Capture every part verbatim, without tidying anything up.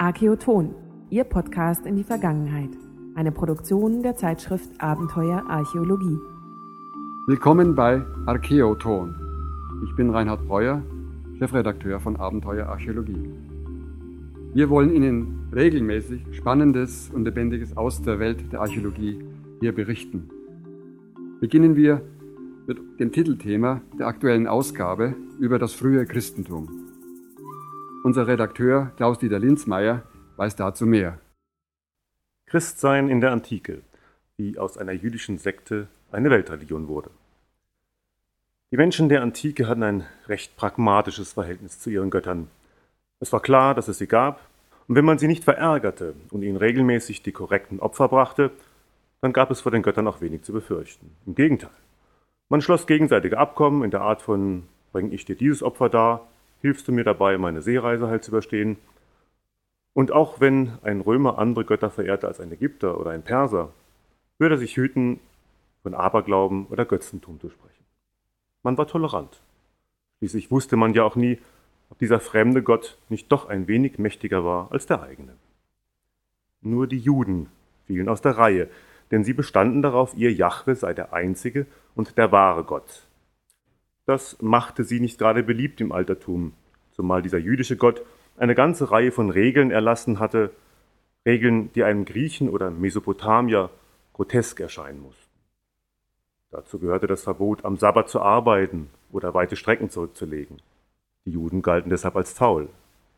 Archäoton, Ihr Podcast in die Vergangenheit. Eine Produktion der Zeitschrift Abenteuer Archäologie. Willkommen bei Archäoton. Ich bin Reinhard Breuer, Chefredakteur von Abenteuer Archäologie. Wir wollen Ihnen regelmäßig Spannendes und Lebendiges aus der Welt der Archäologie hier berichten. Beginnen wir mit dem Titelthema der aktuellen Ausgabe über das frühe Christentum. Unser Redakteur Klaus-Dieter Linzmeier weiß dazu mehr. Christsein in der Antike, wie aus einer jüdischen Sekte eine Weltreligion wurde. Die Menschen der Antike hatten ein recht pragmatisches Verhältnis zu ihren Göttern. Es war klar, dass es sie gab, und wenn man sie nicht verärgerte und ihnen regelmäßig die korrekten Opfer brachte, dann gab es vor den Göttern auch wenig zu befürchten. Im Gegenteil, man schloss gegenseitige Abkommen in der Art von, bring ich dir dieses Opfer dar, hilfst du mir dabei, meine Seereise halt zu überstehen. Und auch wenn ein Römer andere Götter verehrte als ein Ägypter oder ein Perser, würde er sich hüten, von Aberglauben oder Götzentum zu sprechen. Man war tolerant. Schließlich wusste man ja auch nie, ob dieser fremde Gott nicht doch ein wenig mächtiger war als der eigene. Nur die Juden fielen aus der Reihe, denn sie bestanden darauf, ihr Jahwe sei der einzige und der wahre Gott. Das machte sie nicht gerade beliebt im Altertum, zumal dieser jüdische Gott eine ganze Reihe von Regeln erlassen hatte, Regeln, die einem Griechen oder Mesopotamier grotesk erscheinen mussten. Dazu gehörte das Verbot, am Sabbat zu arbeiten oder weite Strecken zurückzulegen. Die Juden galten deshalb als faul.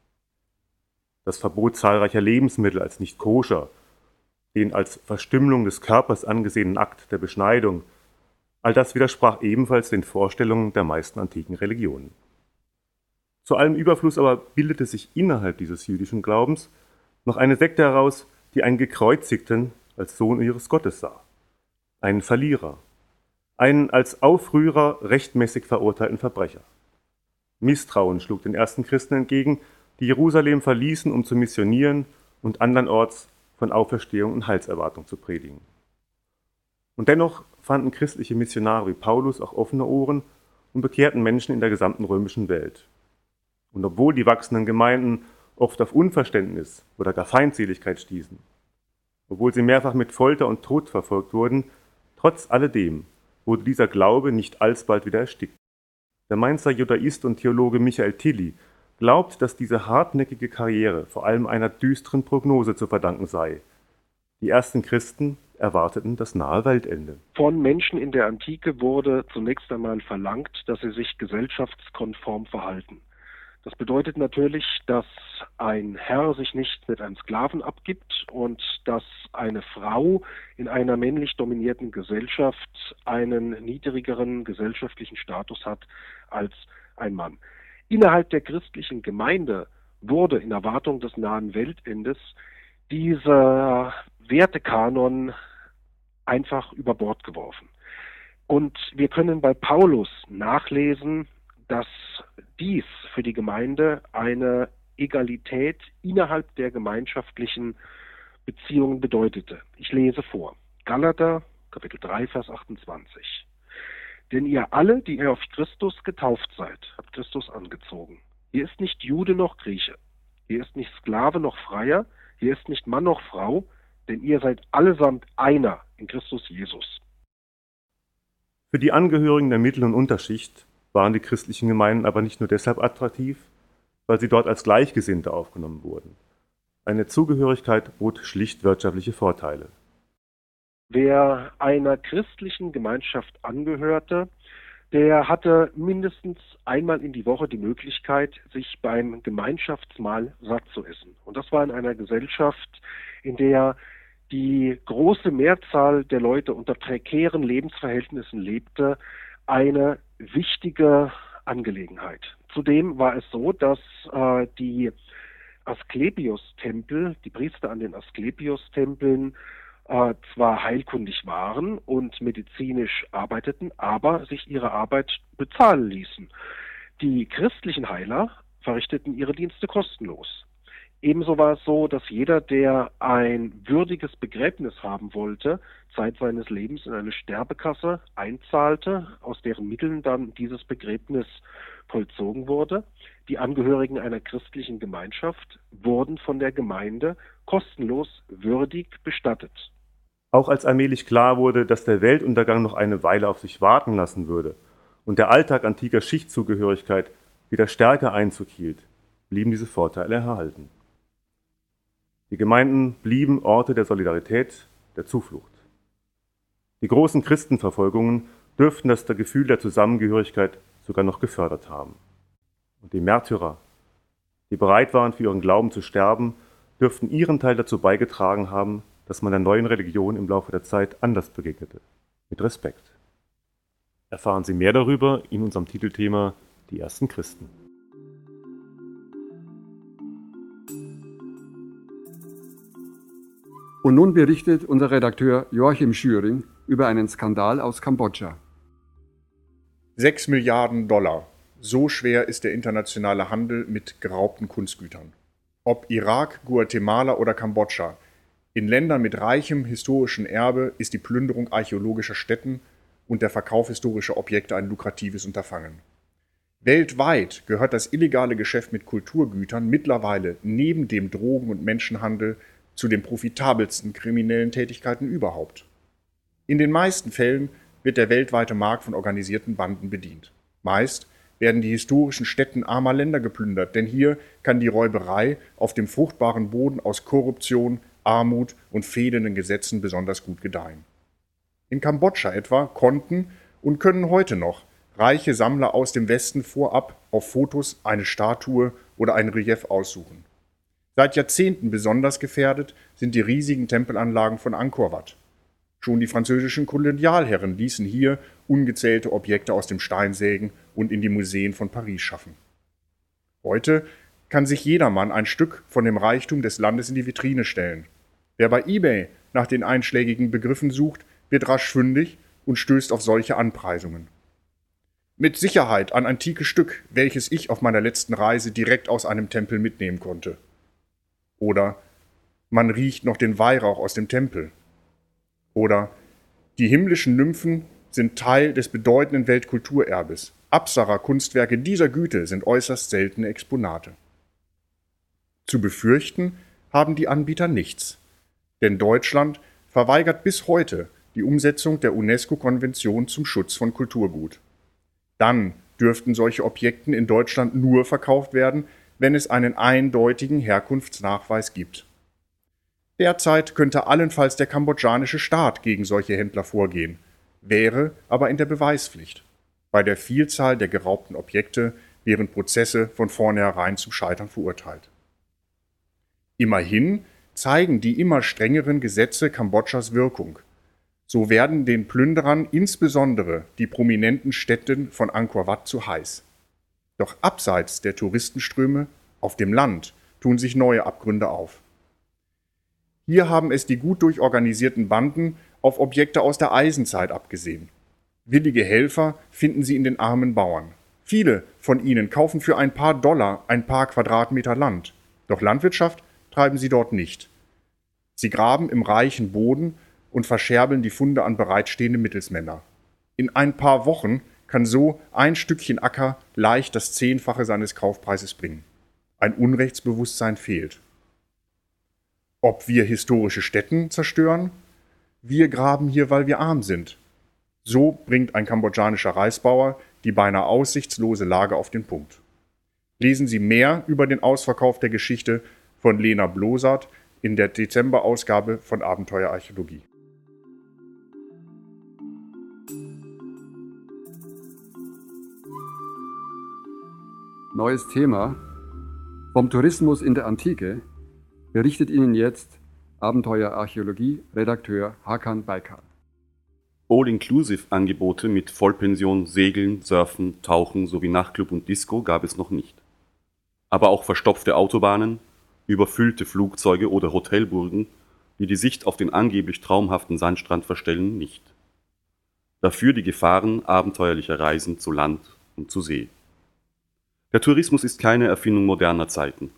Das Verbot zahlreicher Lebensmittel als nicht koscher, den als Verstümmelung des Körpers angesehenen Akt der Beschneidung, all das widersprach ebenfalls den Vorstellungen der meisten antiken Religionen. Zu allem Überfluss aber bildete sich innerhalb dieses jüdischen Glaubens noch eine Sekte heraus, die einen Gekreuzigten als Sohn ihres Gottes sah, einen Verlierer, einen als Aufrührer rechtmäßig verurteilten Verbrecher. Misstrauen schlug den ersten Christen entgegen, die Jerusalem verließen, um zu missionieren und andernorts von Auferstehung und Heilserwartung zu predigen. Und dennoch fanden christliche Missionare wie Paulus auch offene Ohren und bekehrten Menschen in der gesamten römischen Welt. Und obwohl die wachsenden Gemeinden oft auf Unverständnis oder gar Feindseligkeit stießen, obwohl sie mehrfach mit Folter und Tod verfolgt wurden, trotz alledem wurde dieser Glaube nicht alsbald wieder erstickt. Der Mainzer Judaist und Theologe Michael Tilly glaubt, dass diese hartnäckige Karriere vor allem einer düsteren Prognose zu verdanken sei. Die ersten Christen erwarteten das nahe Weltende. Von Menschen in der Antike wurde zunächst einmal verlangt, dass sie sich gesellschaftskonform verhalten. Das bedeutet natürlich, dass ein Herr sich nicht mit einem Sklaven abgibt und dass eine Frau in einer männlich dominierten Gesellschaft einen niedrigeren gesellschaftlichen Status hat als ein Mann. Innerhalb der christlichen Gemeinde wurde in Erwartung des nahen Weltendes dieser Wertekanon einfach über Bord geworfen. Und wir können bei Paulus nachlesen, dass dies für die Gemeinde eine Egalität innerhalb der gemeinschaftlichen Beziehungen bedeutete. Ich lese vor. Galater, Kapitel drei, Vers achtundzwanzig. Denn ihr alle, die ihr auf Christus getauft seid, habt Christus angezogen. Hier ist nicht Jude noch Grieche. Hier ist nicht Sklave noch Freier. Hier ist nicht Mann noch Frau. Denn ihr seid allesamt einer in Christus Jesus. Für die Angehörigen der Mittel- und Unterschicht waren die christlichen Gemeinden aber nicht nur deshalb attraktiv, weil sie dort als Gleichgesinnte aufgenommen wurden. Eine Zugehörigkeit bot schlicht wirtschaftliche Vorteile. Wer einer christlichen Gemeinschaft angehörte, der hatte mindestens einmal in die Woche die Möglichkeit, sich beim Gemeinschaftsmahl satt zu essen. Und das war in einer Gesellschaft, in der die große Mehrzahl der Leute unter prekären Lebensverhältnissen lebte, eine wichtige Angelegenheit. Zudem war es so, dass äh, die Asklepios-Tempel, die Priester an den Asklepios-Tempeln, äh, zwar heilkundig waren und medizinisch arbeiteten, aber sich ihre Arbeit bezahlen ließen. Die christlichen Heiler verrichteten ihre Dienste kostenlos. Ebenso war es so, dass jeder, der ein würdiges Begräbnis haben wollte, Zeit seines Lebens in eine Sterbekasse einzahlte, aus deren Mitteln dann dieses Begräbnis vollzogen wurde. Die Angehörigen einer christlichen Gemeinschaft wurden von der Gemeinde kostenlos würdig bestattet. Auch als allmählich klar wurde, dass der Weltuntergang noch eine Weile auf sich warten lassen würde und der Alltag antiker Schichtzugehörigkeit wieder stärker Einzug hielt, blieben diese Vorteile erhalten. Die Gemeinden blieben Orte der Solidarität, der Zuflucht. Die großen Christenverfolgungen dürften das Gefühl der Zusammengehörigkeit sogar noch gefördert haben. Und die Märtyrer, die bereit waren, für ihren Glauben zu sterben, dürften ihren Teil dazu beigetragen haben, dass man der neuen Religion im Laufe der Zeit anders begegnete, mit Respekt. Erfahren Sie mehr darüber in unserem Titelthema Die ersten Christen. Und nun berichtet unser Redakteur Joachim Schüring über einen Skandal aus Kambodscha. Sechs Milliarden Dollar. So schwer ist der internationale Handel mit geraubten Kunstgütern. Ob Irak, Guatemala oder Kambodscha, in Ländern mit reichem historischen Erbe ist die Plünderung archäologischer Stätten und der Verkauf historischer Objekte ein lukratives Unterfangen. Weltweit gehört das illegale Geschäft mit Kulturgütern mittlerweile neben dem Drogen- und Menschenhandel zu den profitabelsten kriminellen Tätigkeiten überhaupt. In den meisten Fällen wird der weltweite Markt von organisierten Banden bedient. Meist werden die historischen Stätten armer Länder geplündert, denn hier kann die Räuberei auf dem fruchtbaren Boden aus Korruption, Armut und fehlenden Gesetzen besonders gut gedeihen. In Kambodscha etwa konnten und können heute noch reiche Sammler aus dem Westen vorab auf Fotos eine Statue oder ein Relief aussuchen. Seit Jahrzehnten besonders gefährdet sind die riesigen Tempelanlagen von Angkor Wat. Schon die französischen Kolonialherren ließen hier ungezählte Objekte aus dem Stein sägen und in die Museen von Paris schaffen. Heute kann sich jedermann ein Stück von dem Reichtum des Landes in die Vitrine stellen. Wer bei eBay nach den einschlägigen Begriffen sucht, wird rasch fündig und stößt auf solche Anpreisungen. Mit Sicherheit ein antikes Stück, welches ich auf meiner letzten Reise direkt aus einem Tempel mitnehmen konnte. Oder man riecht noch den Weihrauch aus dem Tempel. Oder die himmlischen Nymphen sind Teil des bedeutenden Weltkulturerbes. Apsara-Kunstwerke dieser Güte sind äußerst seltene Exponate. Zu befürchten haben die Anbieter nichts, denn Deutschland verweigert bis heute die Umsetzung der UNESCO-Konvention zum Schutz von Kulturgut. Dann dürften solche Objekte in Deutschland nur verkauft werden, wenn es einen eindeutigen Herkunftsnachweis gibt. Derzeit könnte allenfalls der kambodschanische Staat gegen solche Händler vorgehen, wäre aber in der Beweispflicht. Bei der Vielzahl der geraubten Objekte wären Prozesse von vornherein zum Scheitern verurteilt. Immerhin zeigen die immer strengeren Gesetze Kambodschas Wirkung. So werden den Plünderern insbesondere die prominenten Städte von Angkor Wat zu heiß. Doch abseits der Touristenströme auf dem Land tun sich neue Abgründe auf. Hier haben es die gut durchorganisierten Banden auf Objekte aus der Eisenzeit abgesehen. Willige Helfer finden sie in den armen Bauern. Viele von ihnen kaufen für ein paar Dollar ein paar Quadratmeter Land. Doch Landwirtschaft treiben sie dort nicht. Sie graben im reichen Boden und verscherbeln die Funde an bereitstehende Mittelsmänner. In ein paar Wochen kann so ein Stückchen Acker leicht das Zehnfache seines Kaufpreises bringen. Ein Unrechtsbewusstsein fehlt. Ob wir historische Stätten zerstören? Wir graben hier, weil wir arm sind. So bringt ein kambodschanischer Reisbauer die beinahe aussichtslose Lage auf den Punkt. Lesen Sie mehr über den Ausverkauf der Geschichte von Lena Blosart in der Dezemberausgabe von Abenteuer Archäologie. Neues Thema. Vom Tourismus in der Antike berichtet Ihnen jetzt Abenteuer Archäologie Redakteur Hakan Baykal. All-Inclusive-Angebote mit Vollpension, Segeln, Surfen, Tauchen sowie Nachtclub und Disco gab es noch nicht. Aber auch verstopfte Autobahnen, überfüllte Flugzeuge oder Hotelburgen, die die Sicht auf den angeblich traumhaften Sandstrand verstellen, nicht. Dafür die Gefahren abenteuerlicher Reisen zu Land und zu See. Der Tourismus ist keine Erfindung moderner Zeiten,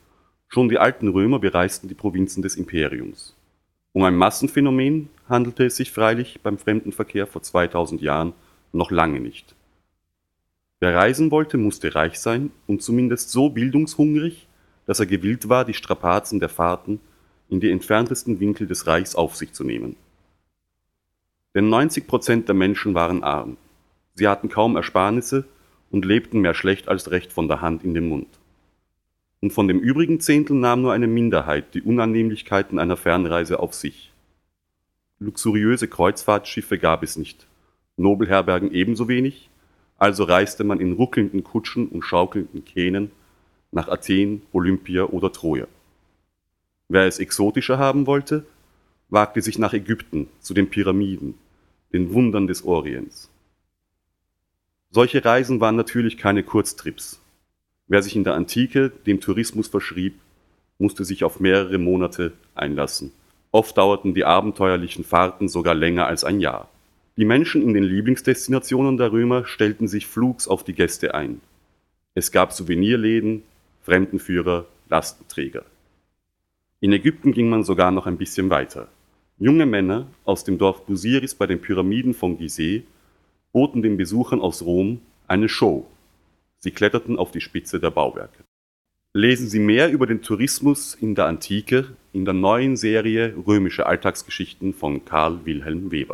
Schon die alten Römer bereisten die Provinzen des Imperiums. Um ein Massenphänomen handelte es sich freilich beim Fremdenverkehr vor zweitausend Jahren noch lange nicht. Wer reisen wollte, musste reich sein und zumindest so bildungshungrig, dass er gewillt war, die Strapazen der Fahrten in die entferntesten Winkel des Reichs auf sich zu nehmen. Denn neunzig Prozent der Menschen waren arm. Sie hatten kaum Ersparnisse und lebten mehr schlecht als recht von der Hand in den Mund. Und von dem übrigen Zehntel nahm nur eine Minderheit die Unannehmlichkeiten einer Fernreise auf sich. Luxuriöse Kreuzfahrtschiffe gab es nicht, Nobelherbergen ebenso wenig, also reiste man in ruckelnden Kutschen und schaukelnden Kähnen nach Athen, Olympia oder Troja. Wer es exotischer haben wollte, wagte sich nach Ägypten, zu den Pyramiden, den Wundern des Orients. Solche Reisen waren natürlich keine Kurztrips. Wer sich in der Antike dem Tourismus verschrieb, musste sich auf mehrere Monate einlassen. Oft dauerten die abenteuerlichen Fahrten sogar länger als ein Jahr. Die Menschen in den Lieblingsdestinationen der Römer stellten sich flugs auf die Gäste ein. Es gab Souvenirläden, Fremdenführer, Lastenträger. In Ägypten ging man sogar noch ein bisschen weiter. Junge Männer aus dem Dorf Busiris bei den Pyramiden von Gizeh boten den Besuchern aus Rom eine Show. Sie kletterten auf die Spitze der Bauwerke. Lesen Sie mehr über den Tourismus in der Antike in der neuen Serie Römische Alltagsgeschichten von Karl Wilhelm Weber.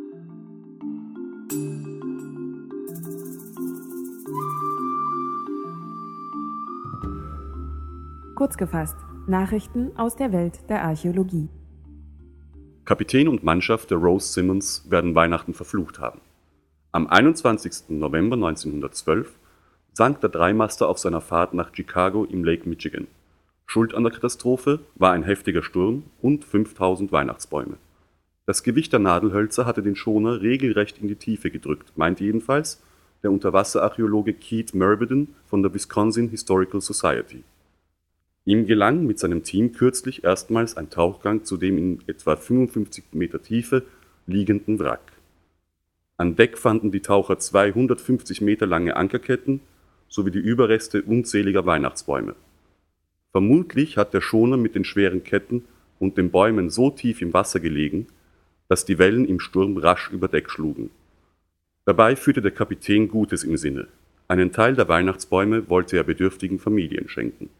Kurz gefasst, Nachrichten aus der Welt der Archäologie. Kapitän und Mannschaft der Rose Simmons werden Weihnachten verflucht haben. Am einundzwanzigsten November neunzehnhundertzwölf sank der Dreimaster auf seiner Fahrt nach Chicago im Lake Michigan. Schuld an der Katastrophe war ein heftiger Sturm und fünftausend Weihnachtsbäume. Das Gewicht der Nadelhölzer hatte den Schoner regelrecht in die Tiefe gedrückt, meint jedenfalls der Unterwasserarchäologe Keith Murviden von der Wisconsin Historical Society. Ihm gelang mit seinem Team kürzlich erstmals ein Tauchgang zu dem in etwa fünfundfünfzig Meter Tiefe liegenden Wrack. An Deck fanden die Taucher zwei hundertfünfzig Meter lange Ankerketten sowie die Überreste unzähliger Weihnachtsbäume. Vermutlich hat der Schoner mit den schweren Ketten und den Bäumen so tief im Wasser gelegen, dass die Wellen im Sturm rasch über Deck schlugen. Dabei führte der Kapitän Gutes im Sinne. Einen Teil der Weihnachtsbäume wollte er bedürftigen Familien schenken.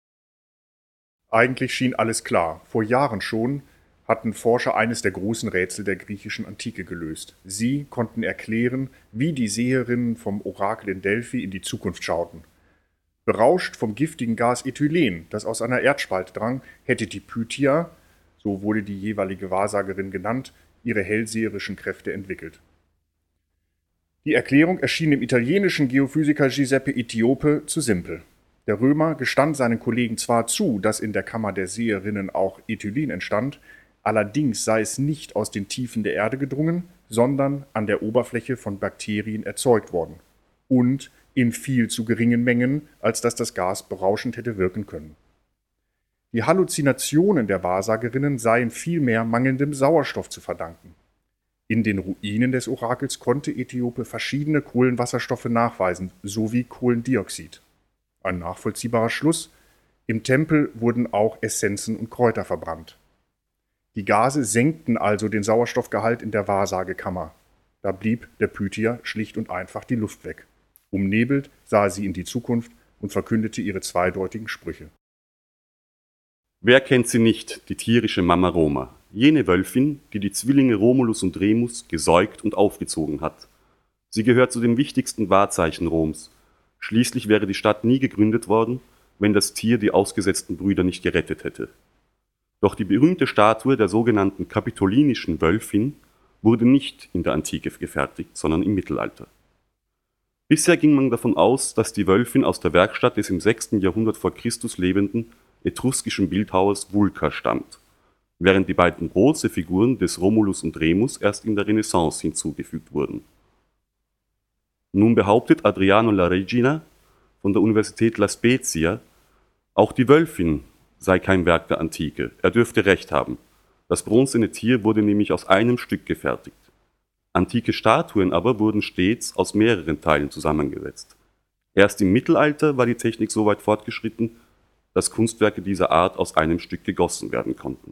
Eigentlich schien alles klar. Vor Jahren schon hatten Forscher eines der großen Rätsel der griechischen Antike gelöst. Sie konnten erklären, wie die Seherinnen vom Orakel in Delphi in die Zukunft schauten. Berauscht vom giftigen Gas Ethylen, das aus einer Erdspalte drang, hätte die Pythia, so wurde die jeweilige Wahrsagerin genannt, ihre hellseherischen Kräfte entwickelt. Die Erklärung erschien dem italienischen Geophysiker Giuseppe Etiope zu simpel. Der Römer gestand seinen Kollegen zwar zu, dass in der Kammer der Seherinnen auch Ethylen entstand, allerdings sei es nicht aus den Tiefen der Erde gedrungen, sondern an der Oberfläche von Bakterien erzeugt worden und in viel zu geringen Mengen, als dass das Gas berauschend hätte wirken können. Die Halluzinationen der Wahrsagerinnen seien vielmehr mangelndem Sauerstoff zu verdanken. In den Ruinen des Orakels konnte Etiope verschiedene Kohlenwasserstoffe nachweisen, sowie Kohlendioxid. Ein nachvollziehbarer Schluss: Im Tempel wurden auch Essenzen und Kräuter verbrannt. Die Gase senkten also den Sauerstoffgehalt in der Wahrsagekammer. Da blieb der Pythia schlicht und einfach die Luft weg. Umnebelt sah sie in die Zukunft und verkündete ihre zweideutigen Sprüche. Wer kennt sie nicht, die tierische Mama Roma, jene Wölfin, die die Zwillinge Romulus und Remus gesäugt und aufgezogen hat. Sie gehört zu den wichtigsten Wahrzeichen Roms. Schließlich wäre die Stadt nie gegründet worden, wenn das Tier die ausgesetzten Brüder nicht gerettet hätte. Doch die berühmte Statue der sogenannten kapitolinischen Wölfin wurde nicht in der Antike gefertigt, sondern im Mittelalter. Bisher ging man davon aus, dass die Wölfin aus der Werkstatt des im sechsten Jahrhundert vor Christus lebenden etruskischen Bildhauers Vulca stammt, während die beiden Bronzefiguren des Romulus und Remus erst in der Renaissance hinzugefügt wurden. Nun behauptet Adriano La Regina von der Universität La Spezia, auch die Wölfin sei kein Werk der Antike. Er dürfte recht haben. Das bronzene Tier wurde nämlich aus einem Stück gefertigt. Antike Statuen aber wurden stets aus mehreren Teilen zusammengesetzt. Erst im Mittelalter war die Technik so weit fortgeschritten, dass Kunstwerke dieser Art aus einem Stück gegossen werden konnten.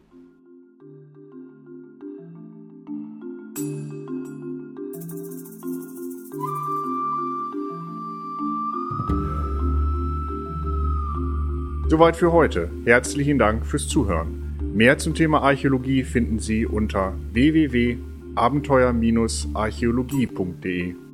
Soweit für heute. Herzlichen Dank fürs Zuhören. Mehr zum Thema Archäologie finden Sie unter w w w punkt abenteuer Bindestrich archäologie punkt de.